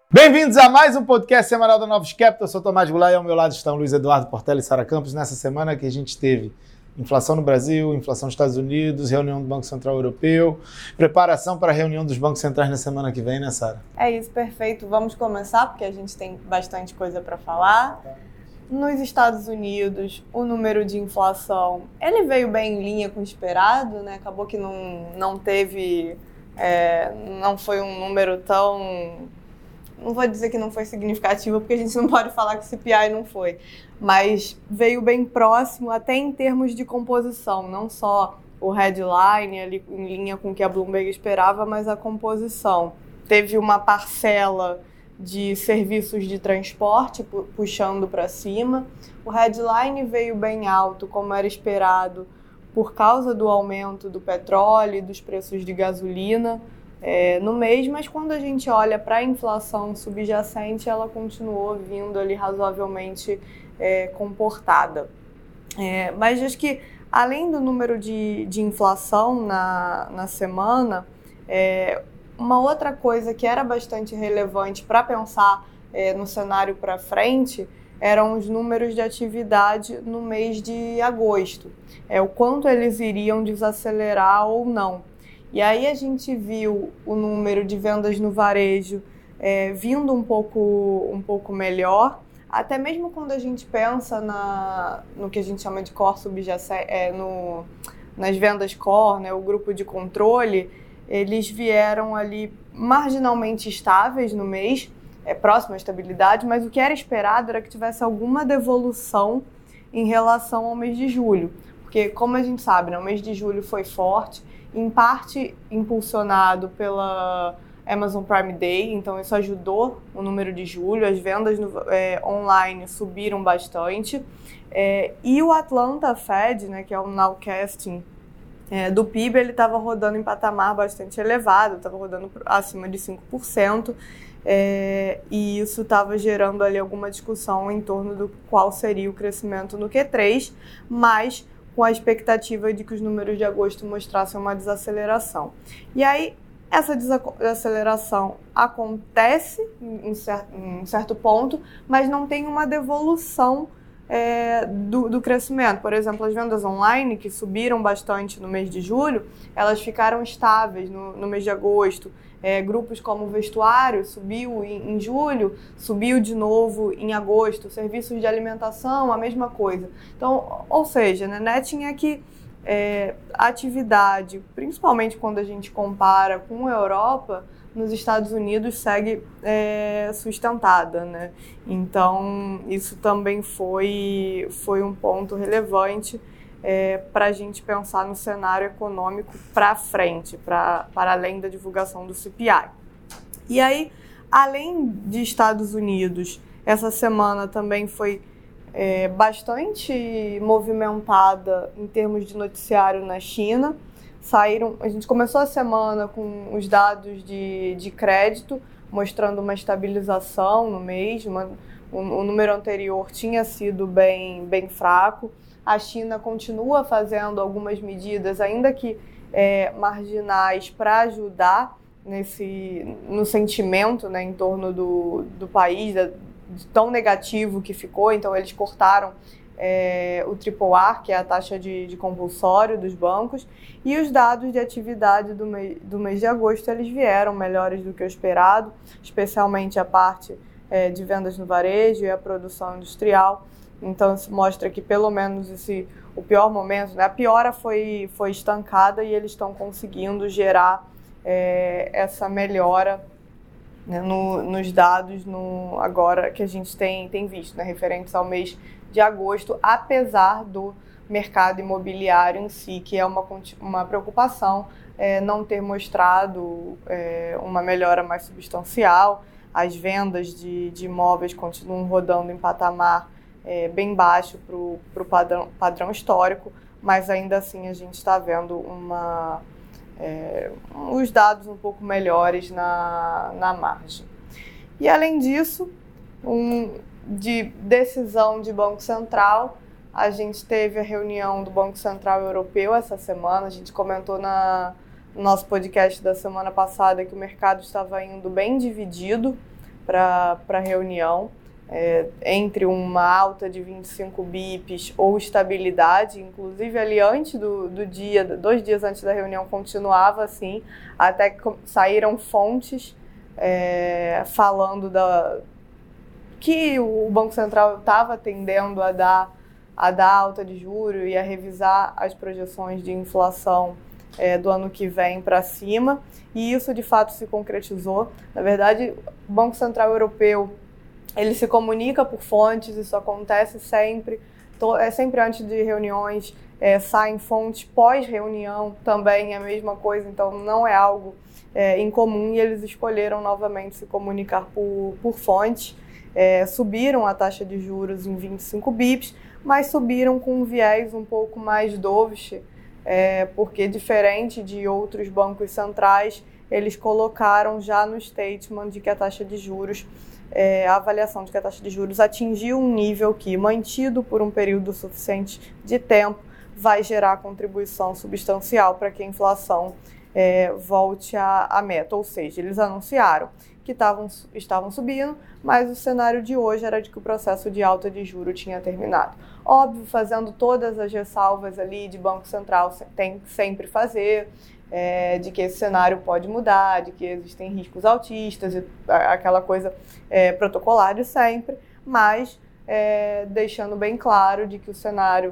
Bem-vindos a mais um podcast semanal da Novos Capital. Eu sou Tomás Goulart e ao meu lado estão Luiz Eduardo Portela e Sara Campos. Nessa semana que a gente teve inflação no Brasil, inflação nos Estados Unidos, reunião do Banco Central Europeu, preparação para a reunião dos bancos centrais na semana que vem, né, Sara? É isso, perfeito. Vamos começar porque a gente tem bastante coisa para falar. Nos Estados Unidos, o número de inflação, ele veio bem em linha com o esperado, né? Acabou que não teve, não foi um número tão... Não vou dizer que não foi significativo, porque a gente não pode falar que o CPI não foi, mas veio bem próximo, até em termos de composição, não só o headline ali em linha com o que a Bloomberg esperava, mas a composição. Teve uma parcela de serviços de transporte puxando para cima. O headline veio bem alto, como era esperado, por causa do aumento do petróleo e dos preços de gasolina no mês, mas quando a gente olha para a inflação subjacente, ela continuou vindo ali razoavelmente comportada. Mas acho que, além do número de inflação na semana, uma outra coisa que era bastante relevante para pensar no cenário para frente eram os números de atividade no mês de agosto, o quanto eles iriam desacelerar ou não. E aí a gente viu o número de vendas no varejo vindo um pouco melhor, até mesmo quando a gente pensa no que a gente chama de core subjacente, nas vendas core, né, o grupo de controle, eles vieram ali marginalmente estáveis no mês, próximo à estabilidade, mas o que era esperado era que tivesse alguma devolução em relação ao mês de julho, porque como a gente sabe, né, o mês de julho foi forte, em parte impulsionado pela Amazon Prime Day, então isso ajudou o número de julho, as vendas online subiram bastante, e o Atlanta Fed, né, que é o nowcasting do PIB, ele estava rodando em patamar bastante elevado, estava rodando acima de 5%, e isso estava gerando ali alguma discussão em torno do qual seria o crescimento no Q3, mas com a expectativa de que os números de agosto mostrassem uma desaceleração. E aí, essa desaceleração acontece em certo ponto, mas não tem uma devolução do crescimento. Por exemplo, as vendas online, que subiram bastante no mês de julho, elas ficaram estáveis no mês de agosto. Grupos como o vestuário subiu em julho, subiu de novo em agosto, serviços de alimentação, a mesma coisa. Então, ou seja, né, tinha que a atividade, principalmente quando a gente compara com a Europa, nos Estados Unidos segue sustentada, né? Então, isso também foi um ponto relevante para a gente pensar no cenário econômico para frente, para além da divulgação do CPI. E aí, além de Estados Unidos, essa semana também foi bastante movimentada em termos de noticiário na China. A gente começou a semana com os dados de crédito, mostrando uma estabilização no mês. O número anterior tinha sido bem fraco. A China continua fazendo algumas medidas, ainda que marginais, para ajudar no sentimento, né, em torno do país, tão negativo que ficou. Então, eles cortaram o AAA, que é a taxa de compulsório dos bancos, e os dados de atividade do mês de agosto eles vieram melhores do que o esperado, especialmente a parte de vendas no varejo e a produção industrial. Então, isso mostra que, pelo menos, o pior momento, né, a piora foi estancada e eles estão conseguindo gerar essa melhora, né, nos dados agora que a gente tem visto, né, referentes ao mês de agosto, apesar do mercado imobiliário em si, que é uma preocupação, não ter mostrado uma melhora mais substancial. As vendas de imóveis continuam rodando em patamar bem baixo para o padrão histórico, mas ainda assim a gente está vendo os dados um pouco melhores na margem. E além disso, de decisão de Banco Central, a gente teve a reunião do Banco Central Europeu essa semana. A gente comentou no nosso podcast da semana passada que o mercado estava indo bem dividido para a reunião, entre uma alta de 25 bips ou estabilidade, inclusive ali antes do dia, 2 dias antes da reunião continuava assim, até que saíram fontes falando que o Banco Central estava tendendo a dar alta de juros e a revisar as projeções de inflação do ano que vem para cima, e isso de fato se concretizou. Na verdade, o Banco Central Europeu ele se comunica por fontes, isso acontece sempre, sempre antes de reuniões, saem fontes, pós-reunião também é a mesma coisa, então não é algo incomum, e eles escolheram novamente se comunicar por fontes. Subiram a taxa de juros em 25 bips, mas subiram com um viés um pouco mais dovish, porque diferente de outros bancos centrais, eles colocaram já no statement de que a taxa de juros, a avaliação de que a taxa de juros atingiu um nível que, mantido por um período suficiente de tempo, vai gerar contribuição substancial para que a inflação volte à meta. Ou seja, eles anunciaram que estavam subindo, mas o cenário de hoje era de que o processo de alta de juros tinha terminado. Óbvio, fazendo todas as ressalvas ali de Banco Central tem que sempre fazer, de que esse cenário pode mudar, de que existem riscos altistas, aquela coisa protocolar de sempre, mas deixando bem claro de que o cenário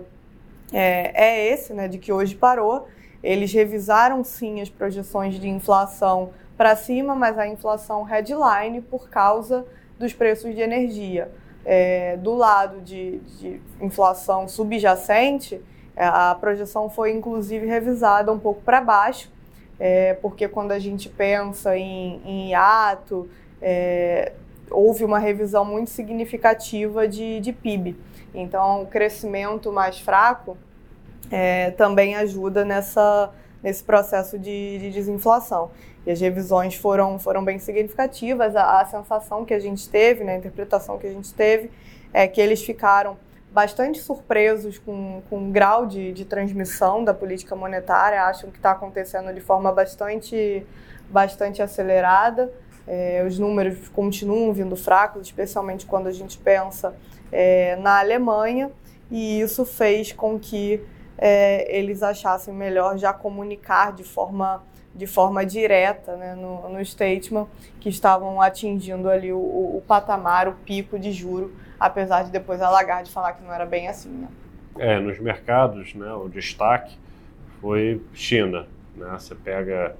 é esse, né, de que hoje parou. Eles revisaram sim as projeções de inflação para cima, mas a inflação headline por causa dos preços de energia. Do lado de inflação subjacente, a projeção foi inclusive revisada um pouco para baixo, porque quando a gente pensa em hiato, houve uma revisão muito significativa de PIB. Então, o crescimento mais fraco também ajuda nesse processo de desinflação. E as revisões foram bem significativas. A sensação que a gente teve, né, a interpretação que a gente teve, é que eles ficaram bastante surpresos com o grau de transmissão da política monetária, acham que está acontecendo de forma bastante acelerada. Os números continuam vindo fracos, especialmente quando a gente pensa na Alemanha, e isso fez com que eles achassem melhor já comunicar de forma direta, né, no statement, que estavam atingindo ali o patamar, o pico de juro, apesar de depois a Lagarde falar que não era bem assim, né? Nos mercados, né, o destaque foi China, né? Você pega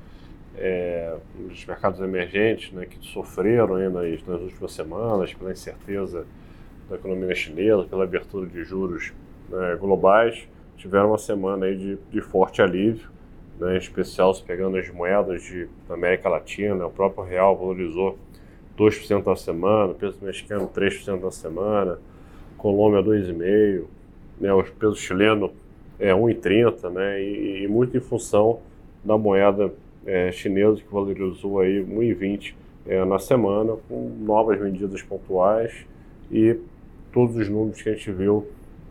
os mercados emergentes, né, que sofreram aí nas últimas semanas pela incerteza da economia chinesa, pela abertura de juros, né, globais, tiveram uma semana aí de forte alívio, né, em especial se pegando as moedas da América Latina. O próprio real valorizou 2% na semana, o peso mexicano 3% na semana, Colômbia 2,5%, né, o peso chileno 1,30%, né, e muito em função da moeda chinesa, que valorizou aí 1,20% na semana, com novas medidas pontuais e todos os números que a gente viu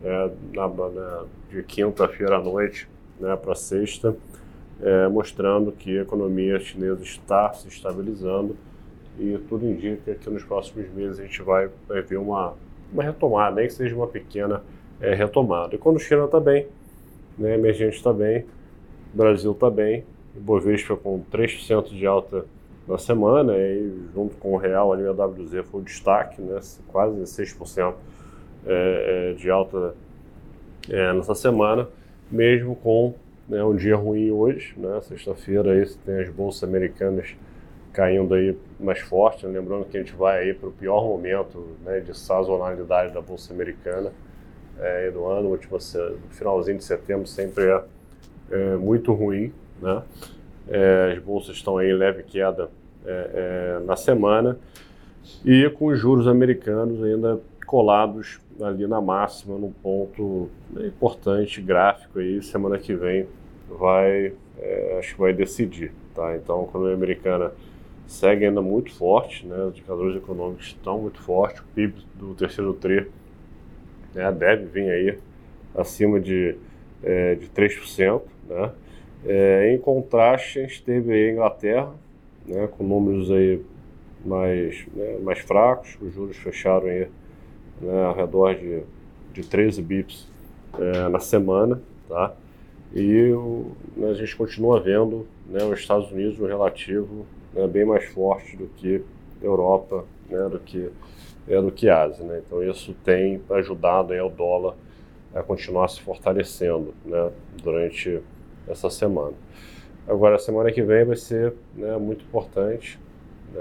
de quinta-feira à noite, né, para sexta, mostrando que a economia chinesa está se estabilizando, e tudo indica que nos próximos meses a gente vai ver uma retomada, nem que seja uma pequena retomada. E quando a China está bem, né, a emergente está bem, o Brasil está bem, o Bovespa com 3% de alta na semana, e junto com o real, ali a WZ foi o destaque, né, quase 6% de alta nessa semana, mesmo com um dia ruim hoje, né, sexta-feira aí você tem as bolsas americanas caindo aí mais forte, né? Lembrando que a gente vai aí para o pior momento, né, de sazonalidade da bolsa americana do ano. O finalzinho de setembro sempre é muito ruim, né? As bolsas estão aí em leve queda na semana, e com os juros americanos ainda colados ali na máxima, num ponto importante, gráfico aí. Semana que vem acho que vai decidir, tá? Então a economia americana segue ainda muito forte, né? Os indicadores econômicos estão muito fortes, o PIB do terceiro tri, né, deve vir aí acima de 3%, né? Em contraste, a gente teve aí a Inglaterra, né, com números aí mais fracos, os juros fecharam aí, né, ao redor de 13 bips na semana, tá? E a gente continua vendo, né, os Estados Unidos no relativo, né, bem mais forte do que a Europa, né, do que a Ásia, né? Então isso tem ajudado aí o dólar a continuar se fortalecendo, né, durante essa semana. Agora, a semana que vem vai ser, né, muito importante, né?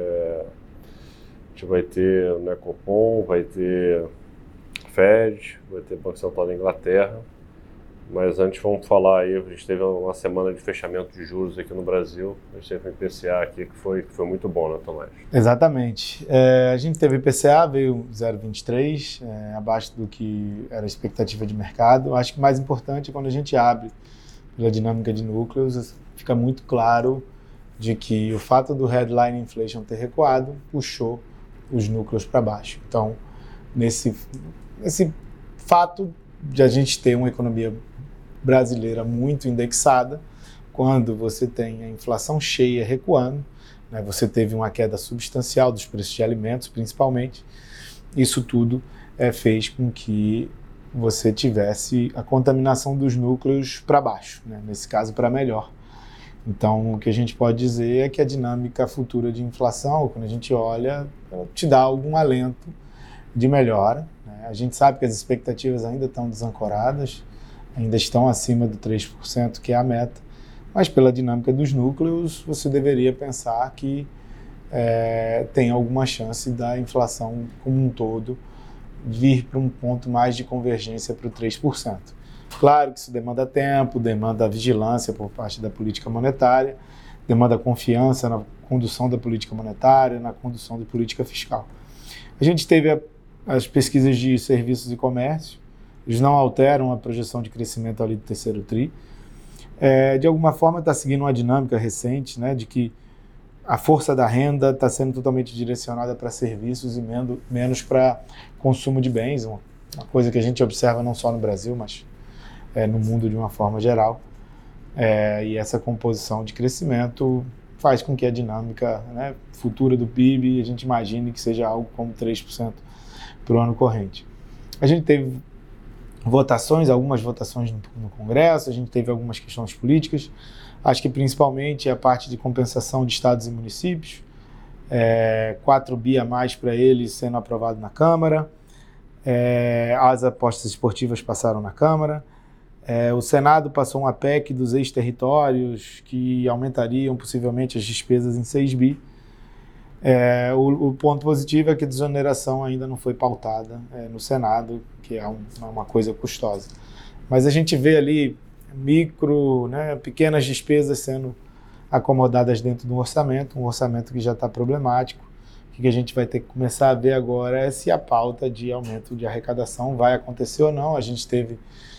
A gente vai ter, né, Copom, vai ter Fed, vai ter Banco Central da Inglaterra, mas antes vamos falar aí, a gente teve uma semana de fechamento de juros aqui no Brasil, a gente teve um IPCA aqui que foi muito bom, né, Tomás? Exatamente. A gente teve IPCA, veio 0,23, abaixo do que era a expectativa de mercado. Acho que o mais importante é quando a gente abre pela dinâmica de núcleos, fica muito claro de que o fato do headline inflation ter recuado puxou os núcleos para baixo. Então, nesse fato de a gente ter uma economia brasileira muito indexada, quando você tem a inflação cheia recuando, né, você teve uma queda substancial dos preços de alimentos, principalmente, isso tudo fez com que você tivesse a contaminação dos núcleos para baixo, né, nesse caso para melhor. Então, o que a gente pode dizer é que a dinâmica futura de inflação, quando a gente olha, ela te dá algum alento de melhora, né? A gente sabe que as expectativas ainda estão desancoradas, ainda estão acima do 3%, que é a meta, mas pela dinâmica dos núcleos, você deveria pensar que tem alguma chance da inflação como um todo vir para um ponto mais de convergência para o 3%. Claro que isso demanda tempo, demanda vigilância por parte da política monetária, demanda confiança na condução da política monetária, na condução da política fiscal. A gente teve as pesquisas de serviços e comércio, eles não alteram a projeção de crescimento ali do terceiro TRI. De alguma forma está seguindo uma dinâmica recente, né, de que a força da renda está sendo totalmente direcionada para serviços e menos para consumo de bens, uma coisa que a gente observa não só no Brasil, mas no mundo de uma forma geral. E essa composição de crescimento faz com que a dinâmica, né, futura do PIB, a gente imagine que seja algo como 3% para o ano corrente. A gente teve algumas votações no Congresso, a gente teve algumas questões políticas, acho que principalmente a parte de compensação de estados e municípios, 4 bi a mais para eles sendo aprovado na Câmara, as apostas esportivas passaram na Câmara, o Senado passou uma PEC dos ex-territórios que aumentariam possivelmente as despesas em 6 bi. O ponto positivo é que a desoneração ainda não foi pautada no Senado, que é uma coisa custosa. Mas a gente vê ali pequenas despesas sendo acomodadas dentro do orçamento, um orçamento que já está problemático. O que a gente vai ter que começar a ver agora é se a pauta de aumento de arrecadação vai acontecer ou não. A gente teve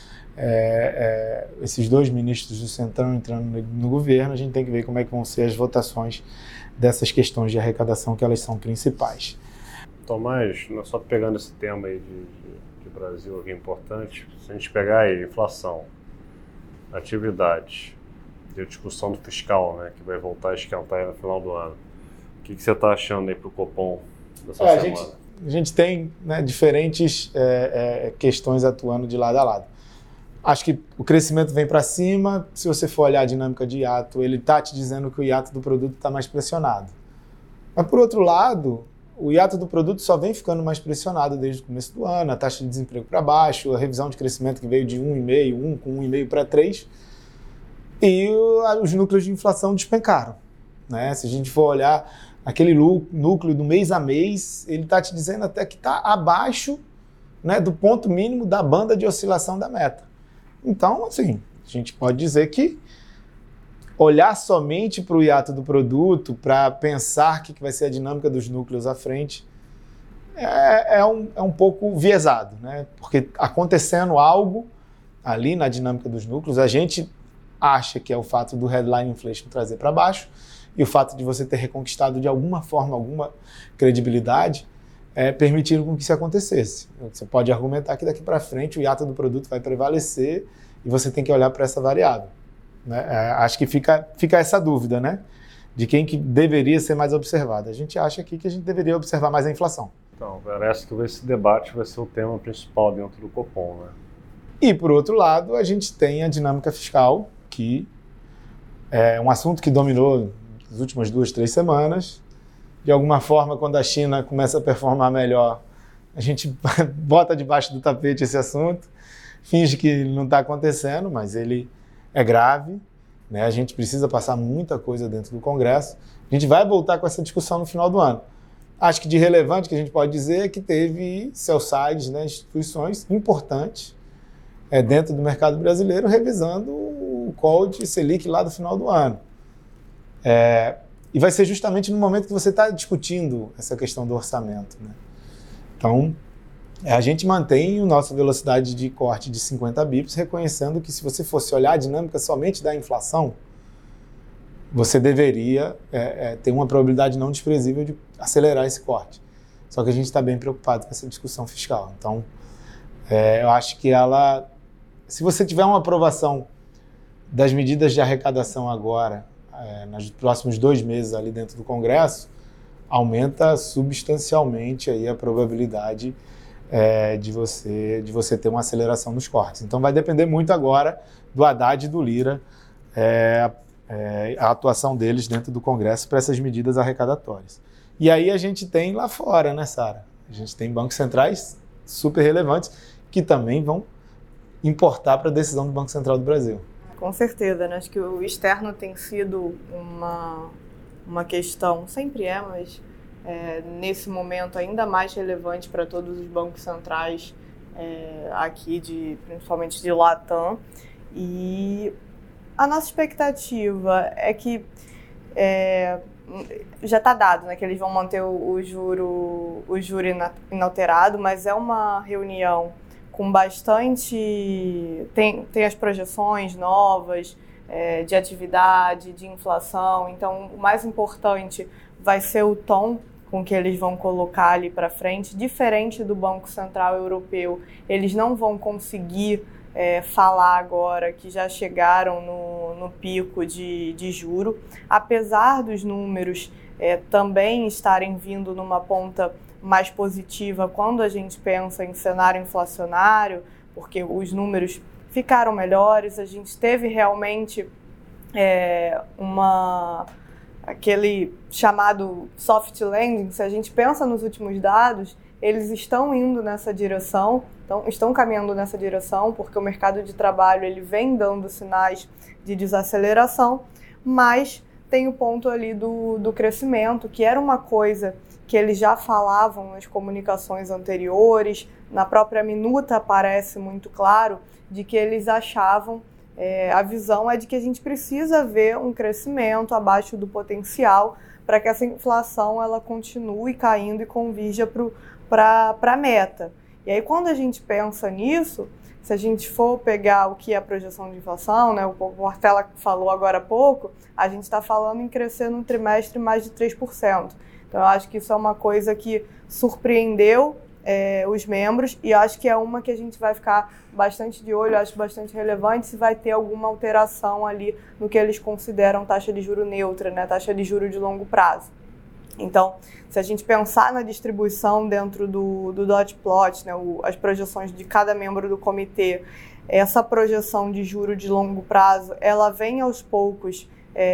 esses 2 ministros do Centrão entrando no governo, a gente tem que ver como é que vão ser as votações dessas questões de arrecadação, que elas são principais. Tomás, só pegando esse tema aí de Brasil aqui importante, se a gente pegar aí inflação, atividade e a discussão do fiscal, né, que vai voltar a esquentar aí no final do ano, o que você está achando aí para o Copom dessa semana? A gente tem, né, diferentes questões atuando de lado a lado. Acho que o crescimento vem para cima, se você for olhar a dinâmica de hiato, ele está te dizendo que o hiato do produto está mais pressionado. Mas, por outro lado, o hiato do produto só vem ficando mais pressionado desde o começo do ano, a taxa de desemprego para baixo, a revisão de crescimento que veio de 1,5, com 1,5 para 3, e os núcleos de inflação despencaram, né? Se a gente for olhar aquele núcleo do mês a mês, ele está te dizendo até que está abaixo, né, do ponto mínimo da banda de oscilação da meta. Então, assim, a gente pode dizer que olhar somente para o hiato do produto, para pensar que vai ser a dinâmica dos núcleos à frente, é um pouco viesado, né? Porque acontecendo algo ali na dinâmica dos núcleos, a gente acha que é o fato do headline inflation trazer para baixo e o fato de você ter reconquistado de alguma forma, alguma credibilidade, permitiram com que isso acontecesse. Você pode argumentar que daqui para frente o hiato do produto vai prevalecer e você tem que olhar para essa variável, né? Acho que fica essa dúvida, né? de quem que deveria ser mais observado. A gente acha aqui que a gente deveria observar mais a inflação. Então, parece que esse debate vai ser o tema principal dentro do Copom, né? E, por outro lado, a gente tem a dinâmica fiscal, que é um assunto que dominou nas últimas 2, 3 semanas. De alguma forma, quando a China começa a performar melhor, a gente bota debaixo do tapete esse assunto, finge que ele não está acontecendo, mas ele é grave, né? A gente precisa passar muita coisa dentro do Congresso. A gente vai voltar com essa discussão no final do ano. Acho que de relevante que a gente pode dizer é que teve sell-sides, né, instituições importantes dentro do mercado brasileiro revisando o call de Selic lá do final do ano. E vai ser justamente no momento que você está discutindo essa questão do orçamento, né? Então, a gente mantém a nossa velocidade de corte de 50 bips, reconhecendo que se você fosse olhar a dinâmica somente da inflação, você deveria ter uma probabilidade não desprezível de acelerar esse corte. Só que a gente está bem preocupado com essa discussão fiscal. Então, eu acho que ela, se você tiver uma aprovação das medidas de arrecadação agora, nos próximos 2 meses ali dentro do Congresso, aumenta substancialmente aí a probabilidade de você ter uma aceleração nos cortes. Então vai depender muito agora do Haddad e do Lira, a atuação deles dentro do Congresso para essas medidas arrecadatórias. E aí a gente tem lá fora, né, Sara? A gente tem bancos centrais super relevantes que também vão importar para a decisão do Banco Central do Brasil. Com certeza, né? Acho que o externo tem sido uma questão, sempre mas nesse momento ainda mais relevante para todos os bancos centrais aqui, principalmente de Latam. E a nossa expectativa é que já está dado, né, que eles vão manter o juro inalterado, mas é uma reunião com bastante... Tem as projeções novas de atividade, de inflação. Então, o mais importante vai ser o tom com que eles vão colocar ali para frente. Diferente do Banco Central Europeu, eles não vão conseguir falar agora que já chegaram no pico de juro. Apesar dos números também estarem vindo numa ponta mais positiva quando a gente pensa em cenário inflacionário, porque os números ficaram melhores, a gente teve realmente aquele chamado soft landing. Se a gente pensa nos últimos dados, eles estão indo nessa direção, estão caminhando nessa direção, porque o mercado de trabalho ele vem dando sinais de desaceleração, mas tem o ponto ali do crescimento, que era uma coisa que eles já falavam nas comunicações anteriores. Na própria minuta aparece muito claro de que eles achavam, a visão é de que a gente precisa ver um crescimento abaixo do potencial para que essa inflação ela continue caindo e convirja para a meta. E aí quando a gente pensa nisso, se a gente for pegar o que é a projeção de inflação, né, o Portela falou agora há pouco, a gente está falando em crescer no trimestre mais de 3%. Então, eu acho que isso é uma coisa que surpreendeu os membros e acho que é uma que a gente vai ficar bastante de olho, acho bastante relevante se vai ter alguma alteração ali no que eles consideram taxa de juro neutra, né, taxa de juro de longo prazo. Então, se a gente pensar na distribuição dentro do dot plot, né, as projeções de cada membro do comitê, essa projeção de juro de longo prazo, ela vem aos poucos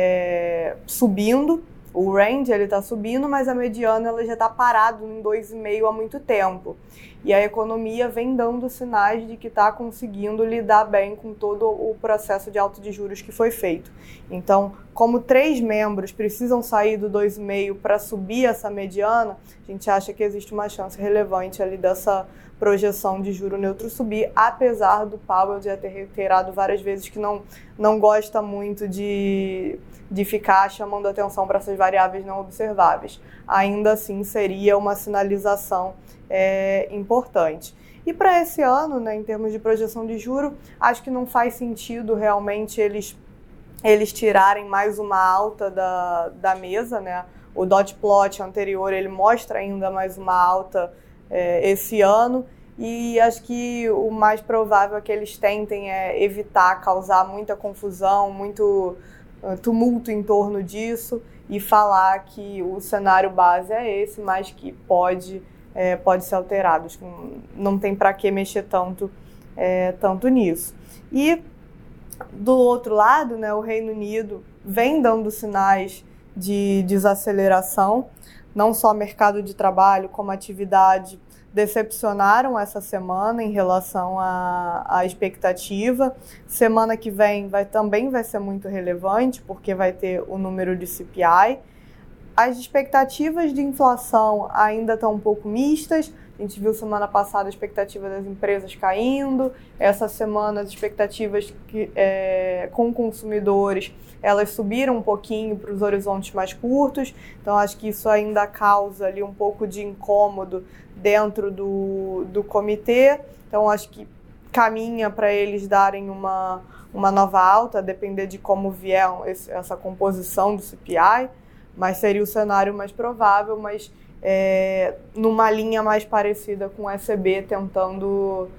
subindo. O range está subindo, mas a mediana ela já está parada em 2,5 há muito tempo. E a economia vem dando sinais de que está conseguindo lidar bem com todo o processo de alta de juros que foi feito. Então, como 3 membros precisam sair do 2,5 para subir essa mediana, a gente acha que existe uma chance relevante ali dessa projeção de juro neutro subir, apesar do Powell já ter reiterado várias vezes que não gosta muito de ficar chamando atenção para essas variáveis não observáveis. Ainda assim, seria uma sinalização importante. E para esse ano, né, em termos de projeção de juro, acho que não faz sentido realmente eles tirarem mais uma alta da mesa, né? O dot plot anterior ele mostra ainda mais uma alta esse ano, e acho que o mais provável é que eles tentem evitar causar muita confusão, muito tumulto em torno disso e falar que o cenário base é esse, mas que pode ser alterado. Acho que não tem para que mexer tanto nisso. E do outro lado, né, o Reino Unido vem dando sinais de desaceleração, não só mercado de trabalho como atividade decepcionaram essa semana em relação à expectativa. Semana que vem também vai ser muito relevante, porque vai ter o número de CPI. As expectativas de inflação ainda estão um pouco mistas. A gente viu semana passada a expectativa das empresas caindo. Essa semana as expectativas com consumidores, elas subiram um pouquinho para os horizontes mais curtos. Então acho que isso ainda causa ali um pouco de incômodo dentro do comitê. Então acho que caminha para eles darem uma nova alta, a depender de como vier essa composição do CPI, mas seria o cenário mais provável, mas numa linha mais parecida com o ECB, tentando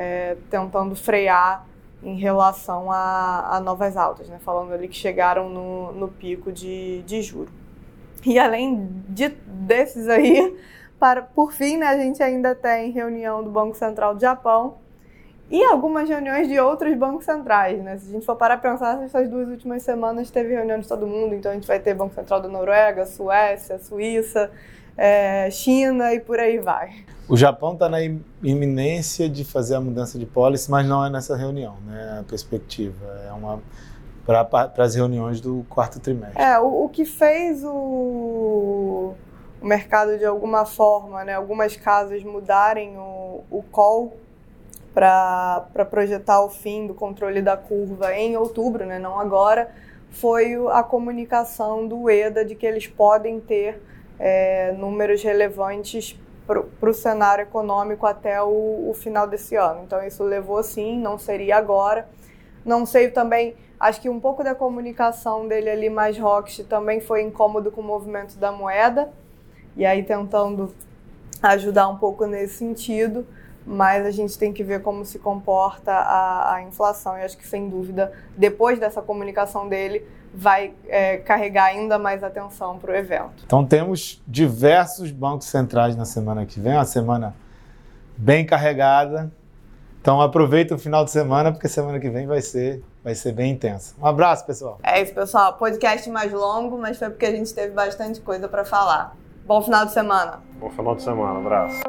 frear em relação a novas altas, né? Falando ali que chegaram no pico de juro. E além desses aí, por fim, né, a gente ainda tem reunião do Banco Central do Japão e algumas reuniões de outros bancos centrais, né? Se a gente for parar a pensar, essas 2 últimas semanas teve reunião de todo mundo, então a gente vai ter Banco Central da Noruega, Suécia, Suíça, China e por aí vai. O Japão está na iminência de fazer a mudança de policy, mas não é nessa reunião, né? A perspectiva é para as reuniões do quarto trimestre. O que fez o mercado de alguma forma, né? Algumas casas mudarem o call para projetar o fim do controle da curva em outubro, né? Não agora, foi a comunicação do EDA de que eles podem ter números relevantes para o cenário econômico até o final desse ano. Então isso levou sim, não seria agora. Não sei também, acho que um pouco da comunicação dele ali mais hawkish também foi incômodo com o movimento da moeda, e aí tentando ajudar um pouco nesse sentido, mas a gente tem que ver como se comporta a inflação, e acho que sem dúvida, depois dessa comunicação dele, vai carregar ainda mais atenção para o evento. Então temos diversos bancos centrais na semana que vem, uma semana bem carregada. Então aproveita o final de semana, porque semana que vem vai ser bem intensa. Um abraço, pessoal. É isso, pessoal. Podcast mais longo, mas foi porque a gente teve bastante coisa para falar. Bom final de semana. Bom final de semana. Abraço.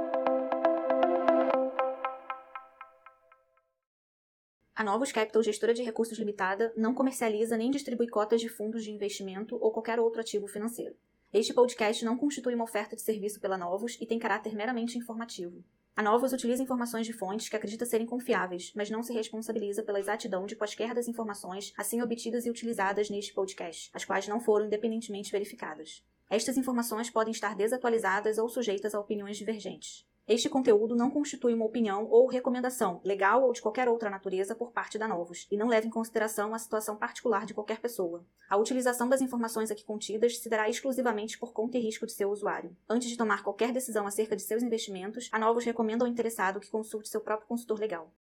A Novos Capital, gestora de recursos limitada, não comercializa nem distribui cotas de fundos de investimento ou qualquer outro ativo financeiro. Este podcast não constitui uma oferta de serviço pela Novos e tem caráter meramente informativo. A Novos utiliza informações de fontes que acredita serem confiáveis, mas não se responsabiliza pela exatidão de quaisquer das informações assim obtidas e utilizadas neste podcast, as quais não foram independentemente verificadas. Estas informações podem estar desatualizadas ou sujeitas a opiniões divergentes. Este conteúdo não constitui uma opinião ou recomendação, legal ou de qualquer outra natureza, por parte da Novos, e não leva em consideração a situação particular de qualquer pessoa. A utilização das informações aqui contidas se dará exclusivamente por conta e risco de seu usuário. Antes de tomar qualquer decisão acerca de seus investimentos, a Novos recomenda ao interessado que consulte seu próprio consultor legal.